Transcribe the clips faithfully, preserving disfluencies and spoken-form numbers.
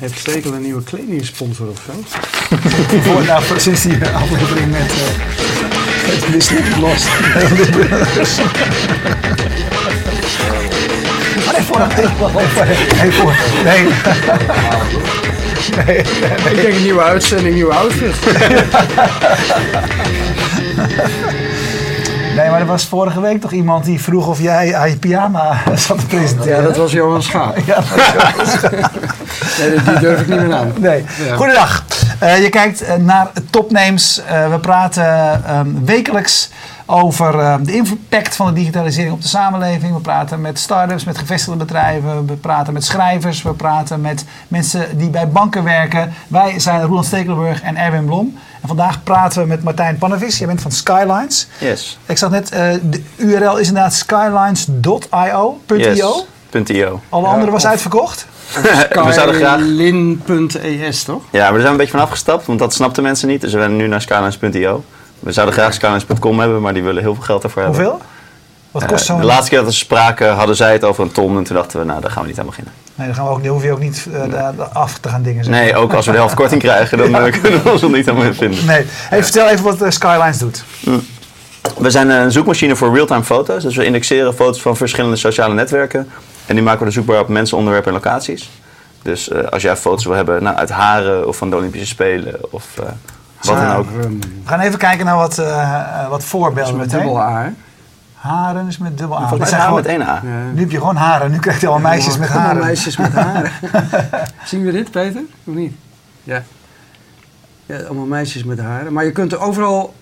Heeft Stekel een nieuwe kledingsponsor of zo? Voor, nou, precies die aflevering met... Uh, met Disney Lost. Oh nee, voor dat ding. Nee, voor. Nee. Nee, nee, nee. Ik denk een nieuwe uitzending, nieuwe outfit. Nee, maar er was vorige week toch iemand die vroeg of jij aan je pyjama zat te presenteren. Ja, dat was Johan Schaap. Ja, dat was Johan Schaap. Nee, die durf ik niet meer aan. Nee. Ja. Goedendag. Uh, je kijkt uh, naar Topnames. Uh, we praten um, wekelijks over uh, de impact van de digitalisering op de samenleving. We praten met start-ups, met gevestigde bedrijven. We praten met schrijvers. We praten met mensen die bij banken werken. Wij zijn Roeland Stekelenburg en Erwin Blom. En vandaag praten we met Martijn Pannevis. Jij bent van Skylines. Yes. Ik zag net, uh, de U R L is inderdaad skylines dot i o. Yes. .io. Alle ja, andere was of... uitverkocht? We zouden graag... Skylin punt e s, toch? Ja, maar daar zijn we een beetje van afgestapt, want dat snapten mensen niet. Dus we rennen nu naar skylines punt i o. We zouden graag skylines punt com hebben, maar die willen heel veel geld ervoor hebben. Hoeveel? Wat kost zo'n... Uh, de laatste keer dat we spraken hadden zij het over een ton en toen dachten we, nou daar gaan we niet aan beginnen. Nee, dan gaan we ook, hoef je ook niet uh, nee. af te gaan dingen. Zeg. Nee, ook als we de helft korting krijgen, dan ja. kunnen we ons er niet aan vinden. Nee. Hey, ja. Vertel even wat uh, Skylines doet. Mm. We zijn een zoekmachine voor real-time foto's. Dus we indexeren foto's van verschillende sociale netwerken. En die maken we dan zoekbaar op mensen, onderwerpen en locaties. Dus uh, als jij foto's wil hebben nou, uit Haren of van de Olympische Spelen of uh, wat dan ook. We gaan even kijken naar wat, uh, wat voorbeelden. Met dubbel A, hè? Haren is met dubbel A. Volgens mij gewoon met één A. Ja. Nu heb je gewoon haren. Nu krijg je al meisjes met haren. meisjes met haren. Zien we dit, Peter? Of niet? Ja. Ja, allemaal meisjes met haren. Maar je kunt er overal...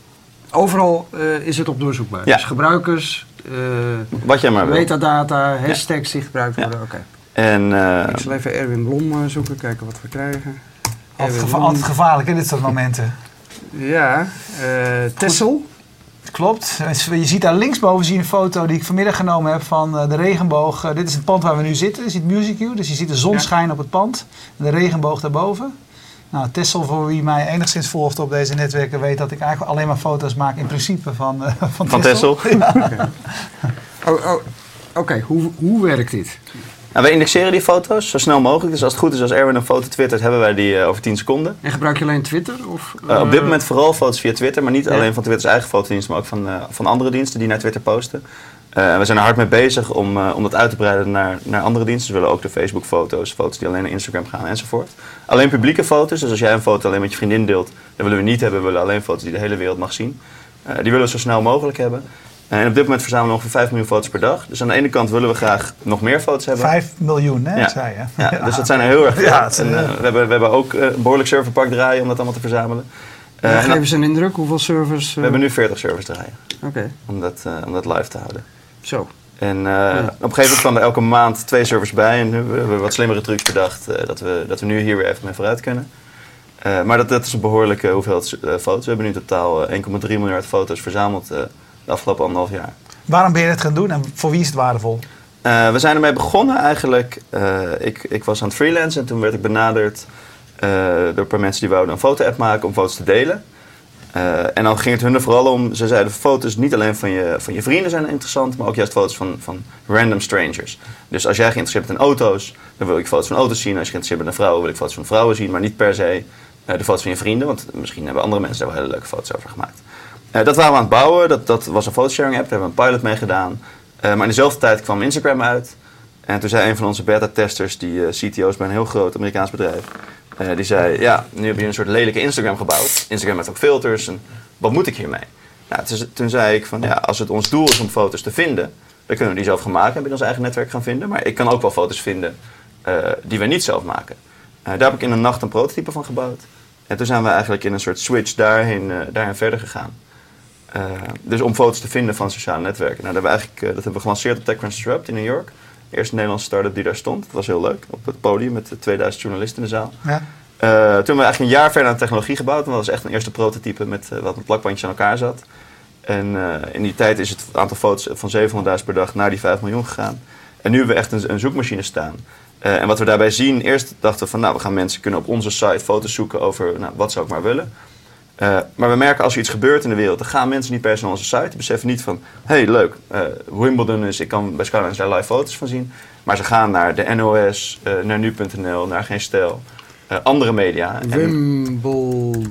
Overal uh, is het op doorzoekbaar. Ja. Dus gebruikers... Uh, wat jij maar wil. Metadata, hashtags die gebruikt worden. Ja. Oké. Okay. Uh, Ik zal even Erwin Blom uh, zoeken, kijken wat we krijgen. Altijd, geva altijd gevaarlijk in dit soort momenten. Ja, uh, Tessel. Klopt. Je ziet daar linksboven zie je een foto die ik vanmiddag genomen heb van uh, de regenboog. Uh, dit is het pand waar we nu zitten. Je ziet Music U, dus je ziet de zon schijnen op het pand. En de regenboog daarboven. Nou, Tessel, voor wie mij enigszins volgt op deze netwerken, weet dat ik eigenlijk alleen maar foto's maak in principe van, uh, van, van Tessel. Tessel? Ja. Okay. Oh, oh, Oké, okay. hoe, hoe werkt dit? Nou, wij indexeren die foto's zo snel mogelijk. Dus als het goed is, als Erwin een foto twittert, hebben wij die uh, over tien seconden. En gebruik je alleen Twitter? Of, uh... Uh, op dit moment vooral foto's via Twitter, maar niet ja. alleen van Twitters eigen fotodienst, maar ook van, uh, van andere diensten die naar Twitter posten. Uh, we zijn er hard mee bezig om, uh, om dat uit te breiden naar, naar andere diensten. Dus we willen ook de Facebook-foto's, foto's die alleen naar Instagram gaan enzovoort. Alleen publieke foto's, dus als jij een foto alleen met je vriendin deelt, dat willen we niet hebben. We willen alleen foto's die de hele wereld mag zien. Uh, die willen we zo snel mogelijk hebben. Uh, en op dit moment verzamelen we ongeveer vijf miljoen foto's per dag. Dus aan de ene kant willen we graag nog meer foto's hebben. vijf miljoen, hè? Ja. Zei je. Ja, ja, dus dat zijn er heel erg veel. Ja, en, uh, we, hebben, we hebben ook uh, een behoorlijk serverpark draaien om dat allemaal te verzamelen. Uh, ja, geef eens een indruk, hoeveel servers? Uh... We hebben nu veertig servers draaien. Oké. Okay. Om, uh, om dat live te houden. Zo. En uh, ja. op een gegeven moment kwam er elke maand twee servers bij. En nu hebben we wat slimmere trucs bedacht uh, dat, we, dat we nu hier weer even mee vooruit kunnen. Uh, maar dat, dat is een behoorlijke hoeveelheid uh, foto's. We hebben nu in totaal uh, één komma drie miljard foto's verzameld uh, de afgelopen anderhalf jaar. Waarom ben je het gaan doen en voor wie is het waardevol? Uh, we zijn ermee begonnen eigenlijk. Uh, ik, ik was aan het freelancen en toen werd ik benaderd uh, door een paar mensen die wouden een foto-app maken om foto's te delen. Uh, en dan ging het hun er vooral om, ze zeiden foto's niet alleen van je, van je vrienden zijn interessant, maar ook juist foto's van, van random strangers. Dus als jij geïnteresseerd bent in auto's, dan wil ik foto's van auto's zien. Als je geïnteresseerd bent in vrouwen, wil ik foto's van vrouwen zien, maar niet per se uh, de foto's van je vrienden, want misschien hebben andere mensen daar wel hele leuke foto's over gemaakt. Uh, dat waren we aan het bouwen, dat, dat was een photosharing app, daar hebben we een pilot mee gedaan. Uh, maar in dezelfde tijd kwam Instagram uit. En toen zei een van onze beta-testers, die uh, C T O's bij een heel groot Amerikaans bedrijf, Uh, die zei, ja, nu heb je een soort lelijke Instagram gebouwd. Instagram heeft ook filters en wat moet ik hiermee? Nou, toen, toen zei ik van, ja, als het ons doel is om foto's te vinden, dan kunnen we die zelf gaan maken en binnen ons eigen netwerk gaan vinden. Maar ik kan ook wel foto's vinden uh, die we niet zelf maken. Uh, daar heb ik in een nacht een prototype van gebouwd. En toen zijn we eigenlijk in een soort switch daarheen, uh, daarheen verder gegaan. Uh, dus om foto's te vinden van sociale netwerken. Nou, dat hebben we, eigenlijk, uh, dat hebben we gelanceerd op TechCrunch Disrupt in New York. De eerste Nederlandse start-up die daar stond. Dat was heel leuk. Op het podium met tweeduizend journalisten in de zaal. Ja. Uh, toen hebben we eigenlijk een jaar verder aan de technologie gebouwd. En dat was echt een eerste prototype met uh, wat met plakbandjes aan elkaar zat. En uh, in die tijd is het aantal foto's van zevenhonderdduizend per dag naar die vijf miljoen gegaan. En nu hebben we echt een, een zoekmachine staan. Uh, en wat we daarbij zien, eerst dachten we van nou, we gaan mensen kunnen op onze site foto's zoeken over nou, wat zou ik maar willen. Uh, maar we merken als er iets gebeurt in de wereld, dan gaan mensen niet per se naar onze site. Die beseffen niet van, hé hey, leuk, uh, Wimbledon is, ik kan bij Skylines daar live foto's van zien. Maar ze gaan naar de N O S, uh, naar nu punt n l, naar Geen Stijl, uh, andere media. Wimbledon...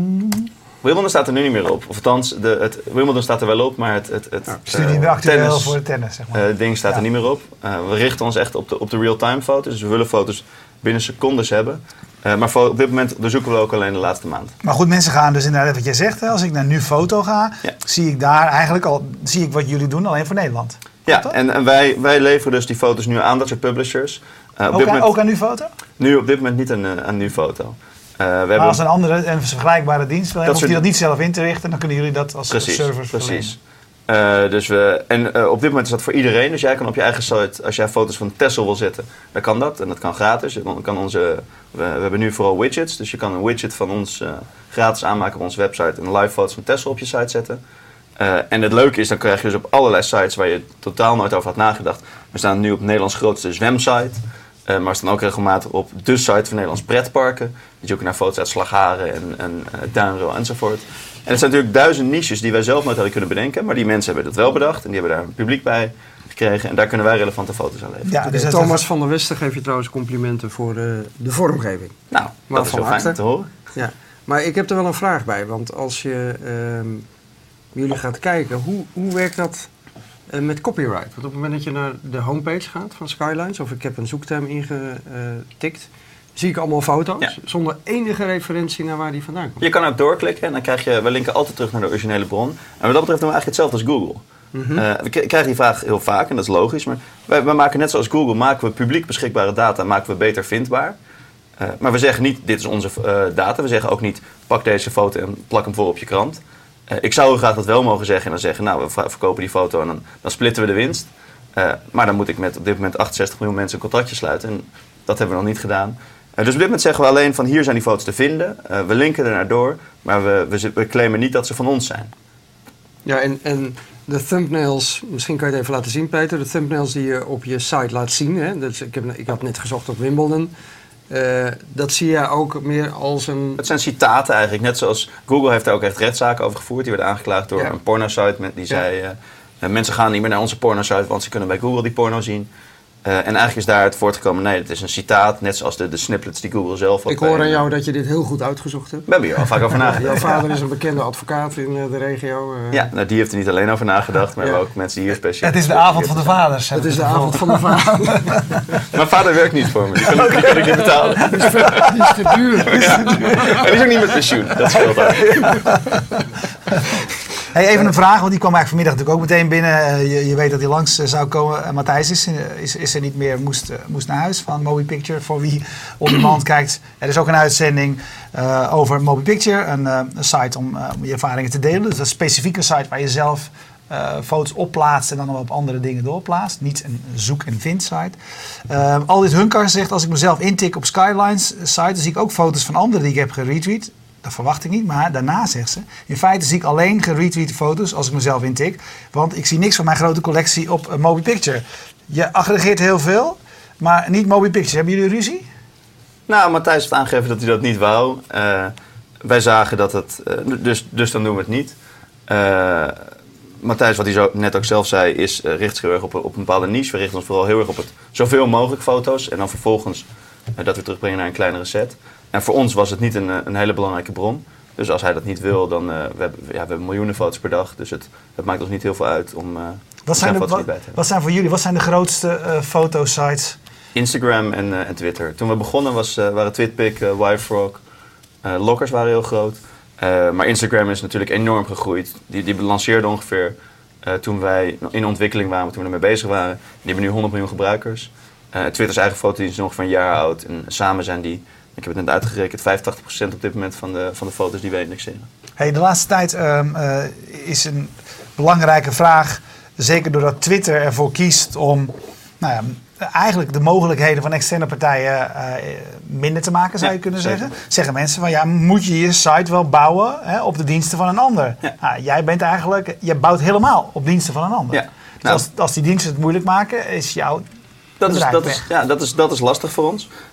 Wimbledon staat er nu niet meer op. Of althans, de, het, Wimbledon staat er wel op, maar het, het, het ja, is nu niet meer actueel tennis, voor de tennis, zeg maar. Uh, ding staat ja. er niet meer op. Uh, we richten ons echt op de, op de real-time foto's. Dus we willen foto's binnen secondes hebben. Uh, maar op dit moment onderzoeken we ook alleen de laatste maand. Maar goed, mensen gaan dus inderdaad wat jij zegt. Hè, als ik naar Nu Foto ga, ja. zie ik daar eigenlijk al zie ik wat jullie doen alleen voor Nederland. Ja, en, en wij, wij leveren dus die foto's nu aan dat soort publishers. Uh, op ook, dit aan, moment, ook aan Nu Foto? Nu op dit moment niet aan, aan Nu Foto. Uh, we maar als een andere en vergelijkbare dienst wil hebben, of die dat niet zelf in te richten, dan kunnen jullie dat als precies, servers precies. Uh, dus we, en uh, op dit moment is dat voor iedereen. Dus jij kan op je eigen site, als jij foto's van Texel wil zetten, dan kan dat. En dat kan gratis. Dan kan onze, we, we hebben nu vooral widgets. Dus je kan een widget van ons uh, gratis aanmaken op onze website en live foto's van Texel op je site zetten. Uh, en het leuke is, dan krijg je dus op allerlei sites waar je totaal nooit over had nagedacht. We staan nu op Nederlands grootste zwemsite. Uh, maar we staan ook regelmatig op de site van Nederlands pretparken. Die zoeken naar foto's uit Slagharen en, en uh, Duinrel enzovoort. En het zijn natuurlijk duizend niches die wij zelf nooit hadden kunnen bedenken. Maar die mensen hebben dat wel bedacht en die hebben daar een publiek bij gekregen. En daar kunnen wij relevante foto's aan leveren. Ja, dus Thomas van der Westen geeft je trouwens complimenten voor uh, de vormgeving. Nou, maar dat is wel fijn te horen. Ja, maar ik heb er wel een vraag bij. Want als je uh, jullie gaat kijken, hoe, hoe werkt dat uh, met copyright? Want op het moment dat je naar de homepage gaat van Skylines, of ik heb een zoekterm ingetikt, zie ik allemaal foto's, ja. zonder enige referentie naar waar die vandaan komt. Je kan ook doorklikken en dan krijg je, we linken altijd terug naar de originele bron. En wat dat betreft doen we eigenlijk hetzelfde als Google. Mm-hmm. Uh, we k- krijgen die vraag heel vaak en dat is logisch, maar wij, wij maken net zoals Google, maken we publiek beschikbare data, maken we beter vindbaar. Uh, maar we zeggen niet, dit is onze uh, data. We zeggen ook niet, pak deze foto en plak hem voor op je krant. Uh, ik zou graag dat wel mogen zeggen en dan zeggen, nou, we verkopen die foto en dan, dan splitten we de winst. Uh, maar dan moet ik met op dit moment achtenzestig miljoen mensen een contractje sluiten en dat hebben we nog niet gedaan. Uh, dus op dit moment zeggen we alleen van hier zijn die foto's te vinden. Uh, we linken er naar door, maar we, we, we claimen niet dat ze van ons zijn. Ja, en, en de thumbnails, misschien kan je het even laten zien, Peter. De thumbnails die je op je site laat zien. Hè? Dus ik, heb, ik had net gezocht op Wimbledon. Uh, dat zie je ook meer als een... Het zijn citaten eigenlijk. Net zoals Google heeft daar ook echt rechtszaken over gevoerd. Die werden aangeklaagd door ja. een pornosite. Die zei, ja. uh, mensen gaan niet meer naar onze pornosite, want ze kunnen bij Google die porno zien. Uh, en eigenlijk is daaruit voortgekomen, nee, het is een citaat, net zoals de, de snippets die Google zelf had. Ik hoor aan jou dat je dit heel goed uitgezocht hebt. We hebben hier al vaak over nagedacht. Jouw vader is een bekende advocaat in uh, de regio. Uh. Ja, nou, die heeft er niet alleen over nagedacht, maar ja. ook mensen die hier speciaal... Het is de avond van de vaders. Het is de avond van de vaders. Mijn vader werkt niet voor me, die kan, die kan ik niet betalen. Die is, die is te duur. Ja. En die is ook niet met pensioen, dat scheelt ook. Hey, even een vraag, want die kwam eigenlijk vanmiddag natuurlijk ook meteen binnen. Je, je weet dat hij langs zou komen. Uh, Matthijs is, is, is er niet meer, moest, uh, moest naar huis van Moby Picture. Voor wie on demand kijkt. Er is ook een uitzending uh, over Moby Picture. Een, uh, een site om, uh, om je ervaringen te delen. Dus een specifieke site waar je zelf uh, foto's opplaatst en dan op andere dingen doorplaatst. Niet een zoek- en vind-site. Uh, Aldit Hunkar zegt, als ik mezelf intik op Skylines site, dan zie ik ook foto's van anderen die ik heb geretweet. Dat verwacht ik niet, maar daarna zegt ze, in feite zie ik alleen geretweete foto's als ik mezelf intik. Want ik zie niks van mijn grote collectie op uh, Moby Picture. Je aggregeert heel veel, maar niet Moby Picture. Hebben jullie ruzie? Nou, Matthijs heeft aangegeven dat hij dat niet wou. Uh, wij zagen dat het, uh, dus, dus dan doen we het niet. Uh, Matthijs, wat hij zo net ook zelf zei, is uh, richt zich heel erg op, op een bepaalde niche. We richten ons vooral heel erg op het zoveel mogelijk foto's en dan vervolgens uh, dat we terugbrengen naar een kleinere set. En voor ons was het niet een, een hele belangrijke bron. Dus als hij dat niet wil, dan uh, we hebben ja, we hebben miljoenen foto's per dag. Dus het, het maakt ons niet heel veel uit om uh, wat zijn, de, wat, wat zijn voor jullie, wat zijn de grootste uh, fotosites? Instagram en, uh, en Twitter. Toen we begonnen was, uh, waren Twitpic, uh, Yfrog, uh, Lockers waren heel groot. Uh, maar Instagram is natuurlijk enorm gegroeid. Die, die lanceerde ongeveer uh, toen wij in ontwikkeling waren, toen we ermee bezig waren. Die hebben nu honderd miljoen gebruikers. Uh, Twitter's eigen fotodienst is nog van een jaar oud. En samen zijn die, ik heb het net uitgerekend, vijfentachtig procent op dit moment van de, van de foto's die wij indexeren. Hey, de laatste tijd um, uh, is een belangrijke vraag, zeker doordat Twitter ervoor kiest om nou ja, eigenlijk de mogelijkheden van externe partijen uh, minder te maken, zou je ja, kunnen zeker. zeggen. Zeggen mensen van ja, moet je je site wel bouwen hè, op de diensten van een ander? Ja. Nou, jij bent eigenlijk, je bouwt helemaal op diensten van een ander. Ja. Dus nou, als, als die diensten het moeilijk maken, is jouw dat is, dat is, ja, dat is, dat is lastig voor ons.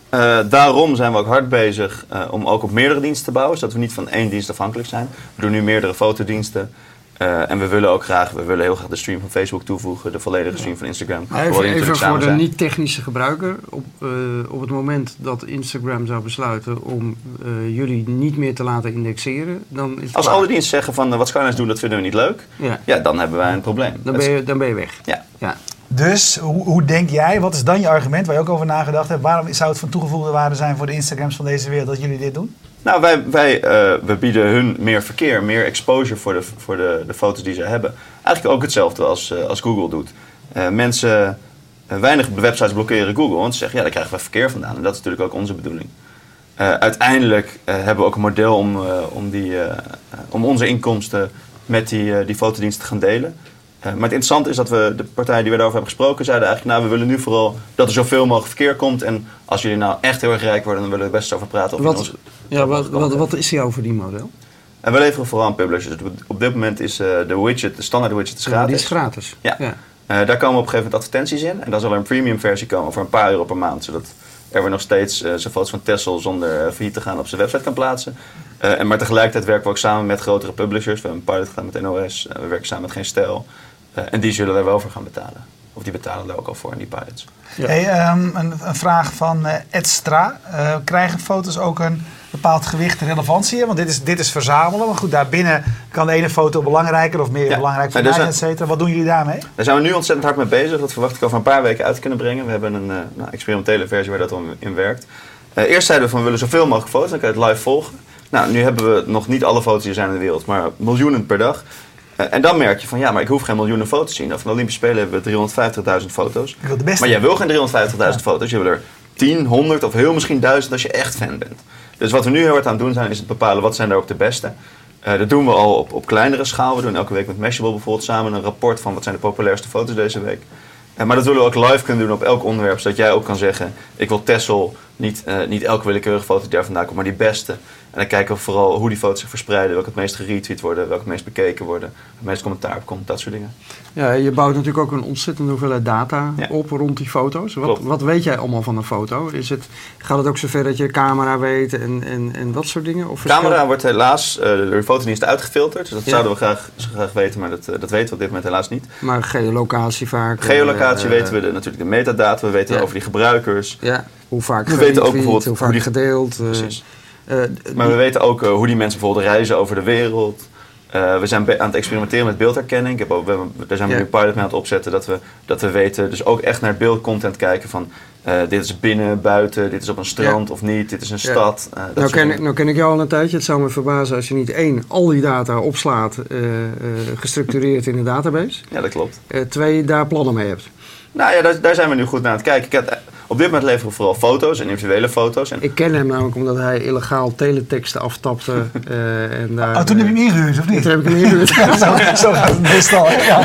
Uh, daarom zijn we ook hard bezig uh, om ook op meerdere diensten te bouwen, zodat we niet van één dienst afhankelijk zijn. We doen nu meerdere fotodiensten. Uh, en we willen ook graag, we willen heel graag de stream van Facebook toevoegen, de volledige stream van Instagram. Maar even even voor de niet-technische gebruiker, op, uh, op het moment dat Instagram zou besluiten om uh, jullie niet meer te laten indexeren, dan is het Als klaar. alle diensten zeggen van uh, wat Skylines doen, dat vinden we niet leuk, ja. ja, dan hebben wij een probleem. Dan ben je, dan ben je weg. Ja. ja. Dus hoe, hoe denk jij, wat is dan je argument waar je ook over nagedacht hebt, waarom zou het van toegevoegde waarde zijn voor de Instagrams van deze wereld dat jullie dit doen? Nou, wij, wij uh, we bieden hun meer verkeer, meer exposure voor de, voor de, de foto's die ze hebben. Eigenlijk ook hetzelfde als, uh, als Google doet. Uh, mensen, uh, weinig websites blokkeren Google, want ze zeggen ja, daar krijgen we verkeer vandaan. En dat is natuurlijk ook onze bedoeling. Uh, uiteindelijk uh, hebben we ook een model om, uh, om, die, uh, uh, om onze inkomsten met die, uh, die fotodiensten te gaan delen. Uh, maar het interessante is dat we, de partijen die we daarover hebben gesproken, zeiden eigenlijk, nou, we willen nu vooral dat er zoveel mogelijk verkeer komt. En als jullie nou echt heel erg rijk worden, dan willen we best over praten. Of Wat, onze, ja, wat, wat, wat is jouw verdienmodel? En we leveren vooral aan publishers. Op dit moment is uh, de widget, de standaard widget, is gratis. Ja, die is gratis. Ja. ja. Uh, daar komen op een gegeven moment advertenties in. En dan zal er een premium versie komen voor een paar euro per maand. Zodat er nog steeds uh, zijn foto's van Tessel zonder uh, failliet te gaan op zijn website kan plaatsen. Uh, en maar tegelijkertijd werken we ook samen met grotere publishers. We hebben een pilot gedaan met N O S. Uh, we werken samen met Geen Stijl. Uh, en die zullen daar wel voor gaan betalen. Of die betalen daar ook al voor in die pilots. Ja. Hey, um, een, een vraag van uh, Edstra. Uh, krijgen foto's ook een bepaald gewicht en relevantie? Want dit is, dit is verzamelen. Maar goed, daarbinnen kan de ene foto belangrijker of meer ja. belangrijk voor mij, et cetera. Wat doen jullie daarmee? Daar zijn we nu ontzettend hard mee bezig. Dat verwacht ik over een paar weken uit te kunnen brengen. We hebben een uh, nou, experimentele versie waar dat al in werkt. Uh, eerst zeiden we van we willen zoveel mogelijk foto's. Dan kan je het live volgen. Nou, nu hebben we nog niet alle foto's die er zijn in de wereld. Maar miljoenen per dag. Uh, en dan merk je van ja, maar ik hoef geen miljoenen foto's te zien. Van de Olympische Spelen hebben we driehonderdvijftigduizend foto's. Ik wil de beste. Maar jij wil geen driehonderdvijftigduizend ja. foto's. Je wil er tien, honderd of heel misschien duizend als je echt fan bent. Dus wat we nu heel hard aan het doen zijn, is het bepalen wat zijn er ook de beste. Uh, dat doen we al op, op kleinere schaal. We doen elke week met Mashable bijvoorbeeld samen een rapport van wat zijn de populairste foto's deze week. Uh, maar dat willen we ook live kunnen doen op elk onderwerp, zodat jij ook kan zeggen, ik wil Tessel, niet, uh, niet elke willekeurige foto die daar vandaan komt, maar die beste. En dan kijken we vooral hoe die foto's zich verspreiden, welke het meest geretweet worden, welke het meest bekeken worden, het meest commentaar op komt, dat soort dingen. Ja, je bouwt natuurlijk ook een ontzettende hoeveelheid data ja. op rond die foto's. Wat, wat weet jij allemaal van een foto? Is het, gaat het ook zover dat je camera weet en, en, en dat soort dingen? Of camera wordt helaas uh, door de fotodienst uitgefilterd. Dus dat ja. zouden we graag, graag weten, maar dat, uh, dat weten we op dit moment helaas niet. Maar geolocatie vaak? Geolocatie uh, weten we de, natuurlijk de metadata, we weten ja. over die gebruikers. Ja, hoe vaak we weten ook bijvoorbeeld hoe vaak hoe die, gedeeld. Uh, precies. Uh, maar we weten ook uh, hoe die mensen bijvoorbeeld reizen over de wereld. Uh, we zijn be- aan het experimenteren met beeldherkenning. Ik heb ook, we hebben, daar zijn we ja. nu een pilot mee aan het opzetten. Dat we, dat we weten, dus ook echt naar beeldcontent kijken van... Uh, dit is binnen, buiten, dit is op een strand ja. of niet, dit is een ja. stad. Uh, dat nou, ken ik, nou ken ik jou al een tijdje. Het zou me verbazen als je niet één, al die data opslaat, uh, uh, gestructureerd in een database. Ja, dat klopt. Uh, twee, daar plannen mee hebt. Nou ja, daar, daar zijn we nu goed naar aan het kijken. Ik had, op dit moment leveren we vooral foto's en individuele foto's. En ik ken hem namelijk omdat hij illegaal teleteksten aftapte. Uh, en daar, oh, toen heb je hem ingehuurd, of niet? Toen heb ik hem ingehuurd. Ja, zo, zo gaat het meestal. Ja.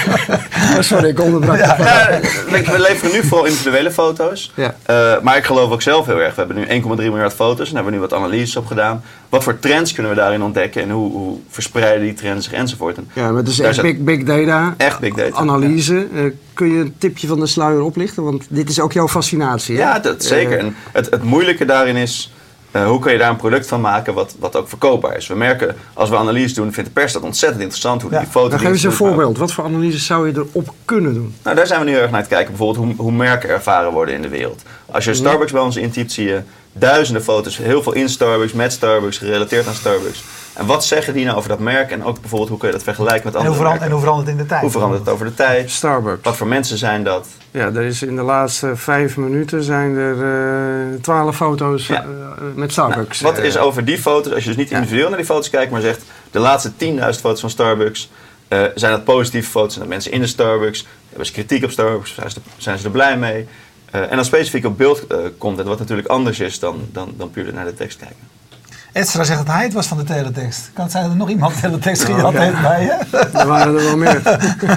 Oh, sorry, ik onderbrak. Ja. Ja, we leveren nu vooral individuele foto's. Ja. Uh, maar ik geloof ook zelf heel erg. We hebben nu één komma drie miljard foto's en daar hebben we nu wat analyses op gedaan. Wat voor trends kunnen we daarin ontdekken en hoe, hoe verspreiden die trends zich enzovoort. En ja, maar het is echt big, big data. Echt big data. Analyse. Ja. Uh, kun je een tipje van de sluier oplichten? Want dit is ook jouw fascinatie. Hè? Ja, dat, zeker. Uh, en het, het moeilijke daarin is, uh, hoe kun je daar een product van maken wat, wat ook verkoopbaar is. We merken, als we analyse doen, vindt de pers dat ontzettend interessant. Hoe ja. die foto. Dan geef eens een voorbeeld. Wat voor analyses zou je erop kunnen doen? Nou, daar zijn we nu heel erg naar het kijken. Bijvoorbeeld hoe, hoe merken ervaren worden in de wereld. Als je Starbucks bij ons intypt, zie je duizenden foto's. Heel veel in Starbucks, met Starbucks, gerelateerd aan Starbucks. En wat zeggen die nou over dat merk? En ook bijvoorbeeld, hoe kun je dat vergelijken met andere en hoe merken? En hoe verandert het in de tijd? Hoe verandert het over de tijd? Starbucks. Wat voor mensen zijn dat? Ja, er is in de laatste vijf minuten zijn er twaalf uh, foto's ja. uh, met Starbucks. Nou, wat is over die foto's, als je dus niet individueel ja. naar die foto's kijkt, maar zegt de laatste tienduizend foto's van Starbucks, uh, zijn dat positieve foto's? Zijn dat mensen in de Starbucks? Hebben ze kritiek op Starbucks? Zijn ze, zijn ze er blij mee? Uh, en dan specifiek op beeldcontent, uh, wat natuurlijk anders is dan, dan, dan puur naar de tekst kijken. Edstra zegt dat hij het was van de teletext. Kan het zijn dat er nog iemand de teletext gejat oh, heeft bij je? Er waren er wel meer.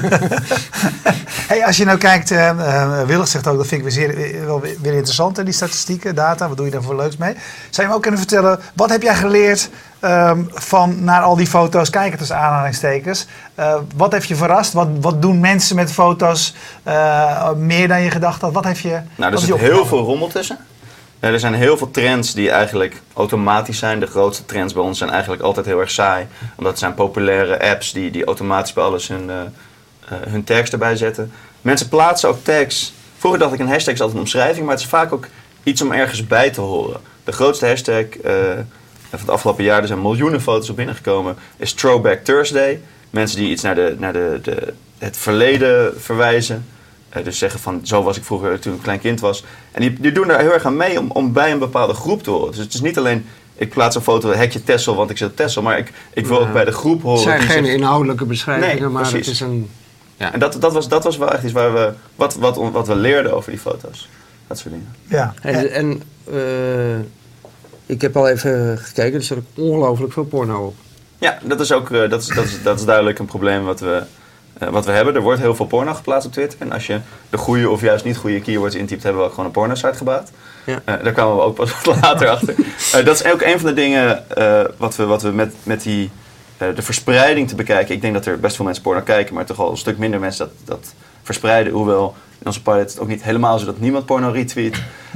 Hey, als je nou kijkt, uh, uh, Willig zegt ook, dat vind ik weer, zeer, wel weer interessant, hè, die statistieken, data. Wat doe je daar voor leuks mee? Zou je me ook kunnen vertellen, wat heb jij geleerd um, van naar al die foto's kijken tussen aanhalingstekens? Uh, wat heeft je verrast? Wat, wat doen mensen met foto's uh, meer dan je gedacht had? Wat heb je? Nou, er zit heel veel rommel tussen. Uh, er zijn heel veel trends die eigenlijk automatisch zijn. De grootste trends bij ons zijn eigenlijk altijd heel erg saai. Omdat het zijn populaire apps die, die automatisch bij alles hun, uh, uh, hun tags erbij zetten. Mensen plaatsen ook tags. Vroeger dacht ik een hashtag is altijd een omschrijving, maar het is vaak ook iets om ergens bij te horen. De grootste hashtag uh, van het afgelopen jaar, er zijn miljoenen foto's op binnengekomen, is Throwback Thursday. Mensen die iets naar, de, naar de, de, het verleden verwijzen. Uh, dus zeggen van, zo was ik vroeger toen ik een klein kind was. En die, die doen daar heel erg aan mee om, om bij een bepaalde groep te horen. Dus het is niet alleen, ik plaats een foto, hekje Texel, want ik zit op Texel. Maar ik, ik wil ja. ook bij de groep horen. Het zijn geen zegt, inhoudelijke beschrijvingen, nee, maar precies. het is een... Ja. En dat, dat, was, dat was wel echt iets waar we, wat, wat, wat we leerden over die foto's. Dat soort dingen. Ja. En, en uh, ik heb al even gekeken, er staat ook ongelooflijk veel porno op. Ja, dat is ook uh, dat is, dat is, dat is duidelijk een probleem wat we, uh, wat we hebben. Er wordt heel veel porno geplaatst op Twitter. En als je de goede of juist niet goede keywords intypt, hebben we ook gewoon een porno-site gebouwd. Ja. Uh, daar kwamen we ook pas wat later achter. Uh, dat is ook een van de dingen uh, wat we, wat we met, met die, uh, de verspreiding te bekijken. Ik denk dat er best veel mensen porno kijken, maar toch al een stuk minder mensen dat, dat verspreiden. Hoewel in onze pilot is het ook niet helemaal zo dat niemand porno retweet.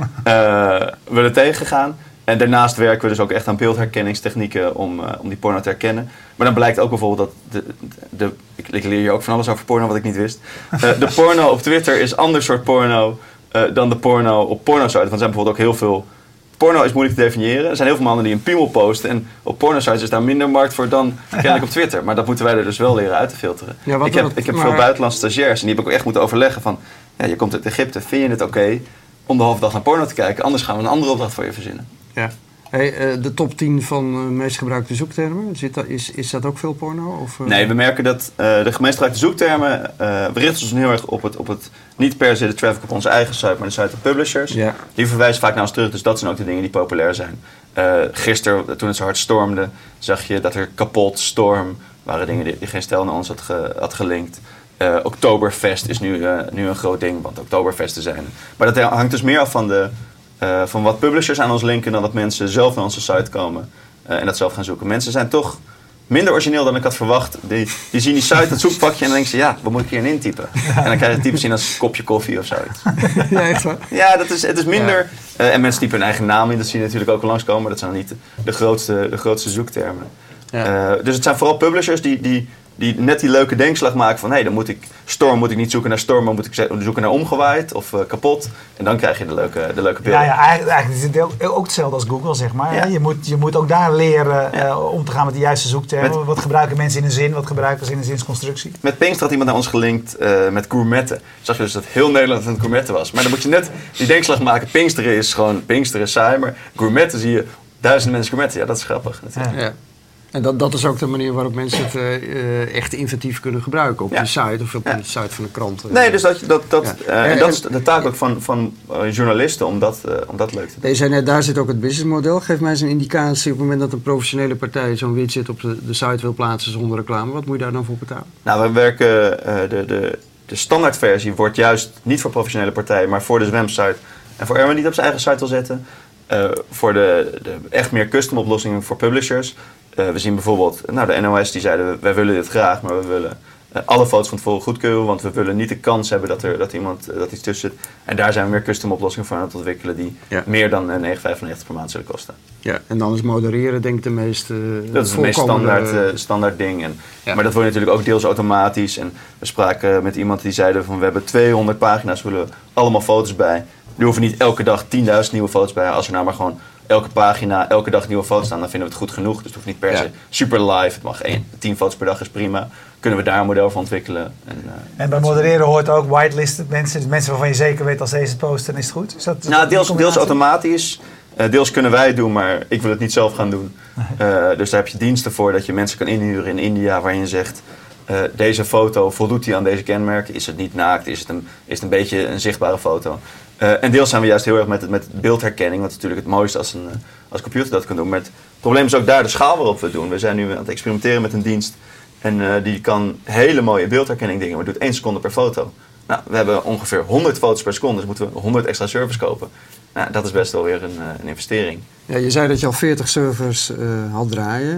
Uh, we er tegengegaan. En daarnaast werken we dus ook echt aan beeldherkenningstechnieken om, uh, om die porno te herkennen. Maar dan blijkt ook bijvoorbeeld dat... De, de, ik, ik leer hier ook van alles over porno wat ik niet wist. Uh, de porno op Twitter is ander soort porno uh, dan de porno op porno-sites. Want er zijn bijvoorbeeld ook heel veel... Porno is moeilijk te definiëren. Er zijn heel veel mannen die een piemel posten. En op porno-sites is daar minder markt voor dan kennelijk op Twitter. Maar dat moeten wij er dus wel leren uit te filteren. Ja, ik heb, ik heb maar... veel buitenlandse stagiairs en die heb ik ook echt moeten overleggen van... Ja, je komt uit Egypte, vind je het oké okay om de halve dag naar porno te kijken? Anders gaan we een andere opdracht voor je verzinnen. Ja. Hey, uh, de top tien van de uh, meest gebruikte zoektermen, zit dat, is, is dat ook veel porno? Of, uh... Nee, we merken dat uh, de meest gebruikte zoektermen, uh, we richten ons heel erg op het, op het, niet per se de traffic op onze eigen site, maar de site van publishers. Ja. Die verwijzen vaak naar ons terug, dus dat zijn ook de dingen die populair zijn. Uh, gisteren, toen het zo hard stormde, zag je dat er kapot, storm, waren dingen die, die geen stel naar ons had, ge, had gelinkt. Uh, Oktoberfest is nu, uh, nu een groot ding, want Oktoberfesten zijn. Maar dat hangt dus meer af van de... Uh, van wat publishers aan ons linken dan dat mensen zelf naar onze site komen uh, en dat zelf gaan zoeken. Mensen zijn toch minder origineel dan ik had verwacht. Die, die zien die site, dat zoekvakje en dan denken ze, ja, wat moet ik hierin intypen? En dan krijg je typen zien als een kopje koffie of zoiets. Ja, echt waar? Ja, dat is, het is minder... Ja. Uh, en mensen typen hun eigen naam in, dat zie je natuurlijk ook al langskomen, maar dat zijn dan niet de grootste, de grootste zoektermen. Ja. Uh, dus het zijn vooral publishers die... die die net die leuke denkslag maken van... hé, hey, dan moet ik storm moet ik niet zoeken naar storm... maar moet ik zoeken naar omgewaaid of uh, kapot. En dan krijg je de leuke, de leuke beelden. Ja, ja, eigenlijk, eigenlijk is het ook hetzelfde als Google, zeg maar. Ja. Je, moet, je moet ook daar leren ja. uh, om te gaan met de juiste zoektermen. Met, wat gebruiken mensen in een zin? Wat gebruiken ze in een zinsconstructie? Met Pinkster had iemand naar ons gelinkt uh, met gourmetten. Zag je dus dat heel Nederland een gourmetten was. Maar dan moet je net die denkslag maken. Pinksteren is gewoon... Pinksteren is saai, maar gourmetten zie je... Duizend mensen gourmetten. Ja, dat is grappig. Ja. Ja. En dat, dat is ook de manier waarop mensen het uh, echt inventief kunnen gebruiken. Op ja. de site of op ja. de site van de krant. Nee, dus dat, dat, dat, ja. uh, en dat is de taak ook van, van uh, journalisten om dat, uh, om dat leuk te doen. Je zei net, daar zit ook het businessmodel. Geef mij eens een indicatie op het moment dat een professionele partij zo'n widget op de, de site wil plaatsen zonder reclame. Wat moet je daar dan voor betalen? Nou, we werken, uh, de, de, de standaardversie wordt juist niet voor professionele partijen, maar voor de zwemsite. En voor Erwin die het op zijn eigen site wil zetten. Uh, voor de, de echt meer custom oplossingen voor publishers. Uh, we zien bijvoorbeeld, nou de N O S die zeiden, wij willen dit graag, maar we willen uh, alle foto's van tevoren goedkeuren, want we willen niet de kans hebben dat er dat iemand uh, dat iets tussen zit. En daar zijn we meer custom oplossingen voor aan het ontwikkelen die ja. meer dan uh, negen euro vijfennegentig per maand zullen kosten. Ja, en dan is modereren denk ik de meest uh, dat is het meest standaard, uh, standaard ding. En, ja. Maar dat wordt natuurlijk ook deels automatisch. En we spraken met iemand die zeiden van we hebben tweehonderd pagina's, willen we allemaal foto's bij. Er hoeven niet elke dag tienduizend nieuwe foto's bij. Als er nou maar gewoon elke pagina, elke dag nieuwe foto's staan, dan vinden we het goed genoeg. Dus het hoeft niet per se ja. super live. Het mag één, tien foto's per dag is prima. Kunnen we daar een model voor ontwikkelen. En, uh, en bij modereren hoort ook whitelisted mensen. Dus mensen waarvan je zeker weet als deze het posten, dan is het goed. Is dat, nou, deels, deels automatisch. Uh, deels kunnen wij het doen, maar ik wil het niet zelf gaan doen. Uh, dus daar heb je diensten voor dat je mensen kan inhuren in India waarin je zegt... Uh, deze foto, voldoet die aan deze kenmerken? Is het niet naakt? Is het een, is het een beetje een zichtbare foto? Uh, en deels zijn we juist heel erg met, het, met beeldherkenning, wat is natuurlijk het mooiste als een als computer dat kan doen. Maar het probleem is ook daar de schaal waarop we het doen. We zijn nu aan het experimenteren met een dienst en uh, die kan hele mooie beeldherkenning dingen, maar doet één seconde per foto. Nou, we hebben ongeveer honderd foto's per seconde, dus moeten we honderd extra servers kopen. Nou, dat is best wel weer een, uh, een investering. Ja, je zei dat je al veertig servers uh, had draaien.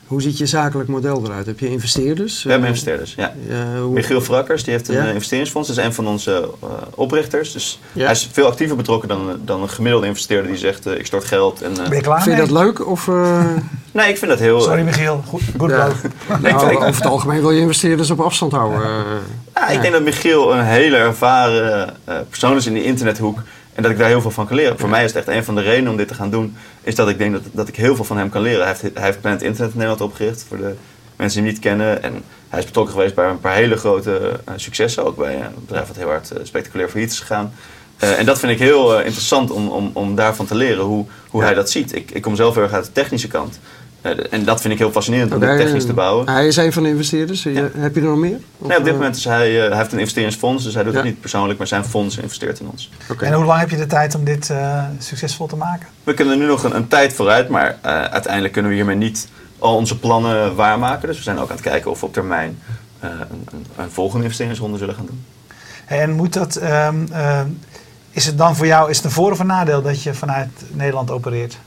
Hoe ziet je zakelijk model eruit? Heb je investeerders? We hebben investeerders, ja. Uh, hoe... Michiel Frakkers, die heeft een ja? investeringsfonds. Dat is een van onze uh, oprichters. Dus ja? hij is veel actiever betrokken dan, dan een gemiddelde investeerder die zegt, uh, ik stort geld. En, uh... Ben je klaar? Vind je nee? dat leuk? Of, uh... nee, ik vind dat heel... Sorry Michiel, goed, goed ja. nou, nou, over het algemeen wil je investeerders op afstand houden. Uh, ja, ik ja. denk dat Michiel een hele ervaren uh, persoon is in die internethoek. En dat ik daar heel veel van kan leren. Ja. Voor mij is het echt een van de redenen om dit te gaan doen. Is dat ik denk dat, dat ik heel veel van hem kan leren. Hij heeft, hij heeft Planet Internet in Nederland opgericht. Voor de mensen die hem niet kennen. En hij is betrokken geweest bij een paar hele grote uh, successen. Ook bij een bedrijf wat heel hard uh, spectaculair failliet is gegaan. Uh, en dat vind ik heel uh, interessant om, om, om daarvan te leren. Hoe, hoe ja. hij dat ziet. Ik, ik kom zelf heel erg uit de technische kant. Uh, en dat vind ik heel fascinerend om okay, technisch te bouwen. Hij is een van de investeerders. Ja. Heb je er nog meer? Of nee, op dit moment is hij, uh, hij heeft een investeringsfonds. Dus hij doet ja. het niet persoonlijk, maar zijn fonds investeert in ons. Okay. En hoe lang heb je de tijd om dit uh, succesvol te maken? We kunnen nu nog een, een tijd vooruit. Maar uh, uiteindelijk kunnen we hiermee niet al onze plannen waarmaken. Dus we zijn ook aan het kijken of we op termijn uh, een, een, een volgende investeringsronde zullen gaan doen. En moet dat... Um, uh, is het dan voor jou is het een voor- of een nadeel dat je vanuit Nederland opereert?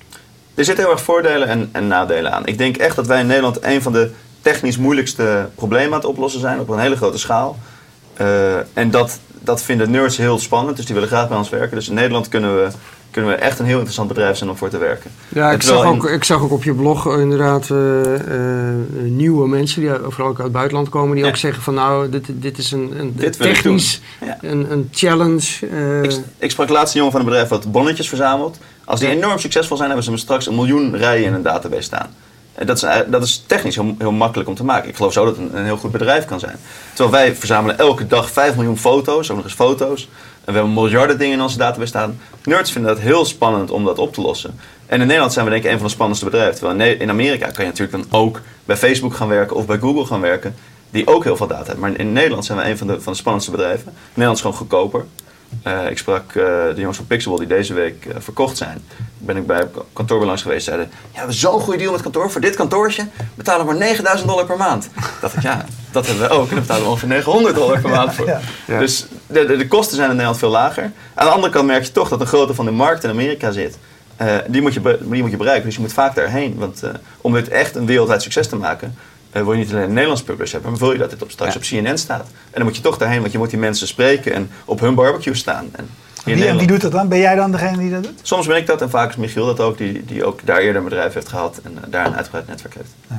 Er zitten heel erg voordelen en, en nadelen aan. Ik denk echt dat wij in Nederland een van de technisch moeilijkste problemen aan het oplossen zijn op een hele grote schaal. Uh, en dat, dat vinden nerds heel spannend, dus die willen graag bij ons werken. Dus in Nederland kunnen we, kunnen we echt een heel interessant bedrijf zijn om voor te werken. Ja, ik zag, ook, in... ik zag ook op je blog uh, inderdaad uh, uh, nieuwe mensen die vooral ook uit het buitenland komen, die ja. ook zeggen van nou, dit, dit is een, een dit technisch ja. een, een challenge. Uh... Ik, ik sprak laatst een jongen van een bedrijf wat bonnetjes verzamelt. Als die enorm succesvol zijn, hebben ze straks een miljoen rijen in een database staan. Dat is, dat is technisch heel, heel makkelijk om te maken. Ik geloof zo dat het een, een heel goed bedrijf kan zijn. Terwijl wij verzamelen elke dag vijf miljoen foto's, ook nog eens foto's. En we hebben miljarden dingen in onze database staan. Nerds vinden dat heel spannend om dat op te lossen. En in Nederland zijn we denk ik een van de spannendste bedrijven. Terwijl in Amerika kan je natuurlijk dan ook bij Facebook gaan werken of bij Google gaan werken. Die ook heel veel data hebben. Maar in Nederland zijn we een van de, van de spannendste bedrijven. Nederland is gewoon goedkoper. Uh, ik sprak uh, de jongens van Pixable die deze week uh, verkocht zijn. Ben ik bij kantoor langs geweest. Zeiden, ja, we hebben zo'n goede deal met kantoor. Voor dit kantoortje betalen we maar negenduizend dollar per maand. dacht ik, ja, dat hebben we ook. En dan betalen we ongeveer negenhonderd dollar per maand voor. Ja, ja. Dus de, de, de kosten zijn in Nederland veel lager. Aan de andere kant merk je toch dat een grote van de markt in Amerika zit. Uh, die, moet je, die moet je bereiken. Dus je moet vaak daarheen. Want uh, om dit echt een wereldwijd succes te maken... Uh, wil je niet alleen een Nederlands publish hebben, maar wil je dat dit op, straks ja. op C N N staat. En dan moet je toch daarheen, want je moet die mensen spreken en op hun barbecue staan. En wie, en wie doet dat dan? Ben jij dan degene die dat doet? Soms ben ik dat en vaak is Michiel dat ook, die, die ook daar eerder een bedrijf heeft gehad en uh, daar een uitgebreid netwerk heeft. Ja.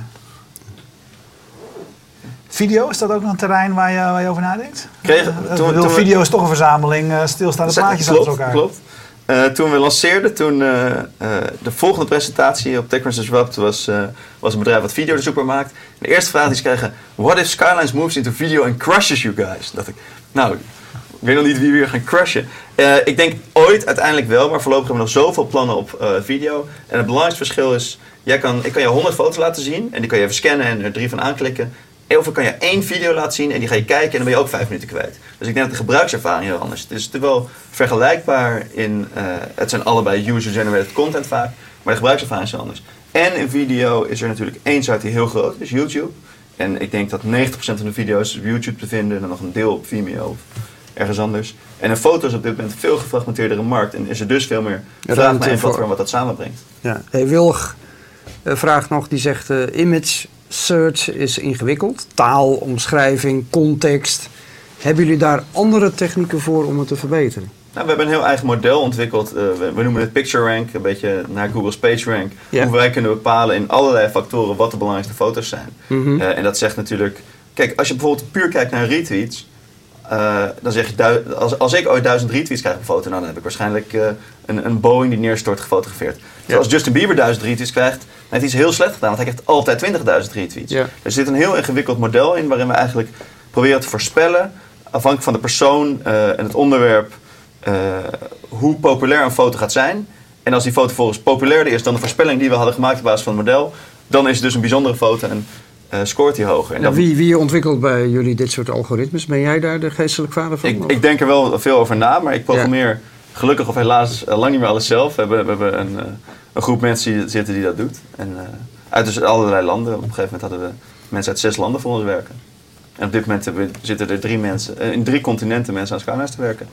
Video, is dat ook nog een terrein waar je, waar je over nadenkt? Kreeg, uh, toen, bedoel, toen video we, is toch een verzameling uh, stilstaande plaatjes klopt, achter elkaar. Klopt. Uh, toen we lanceerden, toen uh, uh, de volgende presentatie op TechCrunch Disrupt was, uh, was een bedrijf wat videozoeker maakt. En de eerste vraag die ze kregen, what if Skylines moves into video and crushes you guys? Dacht ik, nou, ik weet nog niet wie we weer gaan crushen. Uh, ik denk ooit uiteindelijk wel, maar voorlopig hebben we nog zoveel plannen op uh, video. En het belangrijkste verschil is, jij kan, ik kan je honderd foto's laten zien en die kan je even scannen en er drie van aanklikken. Of kan je één video laten zien en die ga je kijken en dan ben je ook vijf minuten kwijt. Dus ik denk dat de gebruikservaring heel anders is. Het is natuurlijk wel vergelijkbaar in, uh, het zijn allebei user-generated content vaak, maar de gebruikservaring is heel anders. En in video is er natuurlijk één site die heel groot is, YouTube. En ik denk dat negentig procent van de video's op YouTube te vinden en dan nog een deel op Vimeo of ergens anders. En een foto is op dit moment een veel gefragmenteerdere markt en is er dus veel meer vraag naar één platform wat dat samenbrengt. Ja. Hey, Wilg uh, vraagt nog, die zegt uh, image search is ingewikkeld. Taal, omschrijving, context. Hebben jullie daar andere technieken voor om het te verbeteren? Nou, we hebben een heel eigen model ontwikkeld. Uh, we, we noemen het PictureRank, een beetje naar Google's PageRank. Ja. Hoe wij kunnen bepalen in allerlei factoren wat de belangrijkste foto's zijn. Mm-hmm. Uh, en dat zegt natuurlijk... Kijk, als je bijvoorbeeld puur kijkt naar retweets... Uh, dan zeg je, du- als, als ik ooit duizend retweets krijg op een foto... Nou, dan heb ik waarschijnlijk uh, een, een Boeing die neerstort gefotografeerd. Ja. Als Justin Bieber duizend retweets krijgt... dan heeft hij iets heel slecht gedaan, want hij krijgt altijd twintigduizend retweets. Ja. Er zit een heel ingewikkeld model in... waarin we eigenlijk proberen te voorspellen... afhankelijk van de persoon uh, en het onderwerp... Uh, hoe populair een foto gaat zijn. En als die foto volgens populairder is dan de voorspelling die we hadden gemaakt op basis van het model... dan is het dus een bijzondere foto en uh, scoort die hoger. En ja, wie, wie ontwikkelt bij jullie dit soort algoritmes? Ben jij daar de geestelijk vader van? Ik, ik denk er wel veel over na, maar ik programmeer ja. gelukkig of helaas uh, lang niet meer alles zelf. We hebben, we hebben een, uh, een groep mensen die zitten die dat doet. En, uh, uit dus allerlei landen. Op een gegeven moment hadden we mensen uit zes landen voor ons werken. En op dit moment we, zitten er drie mensen, uh, in drie continenten mensen aan Skylines te werken.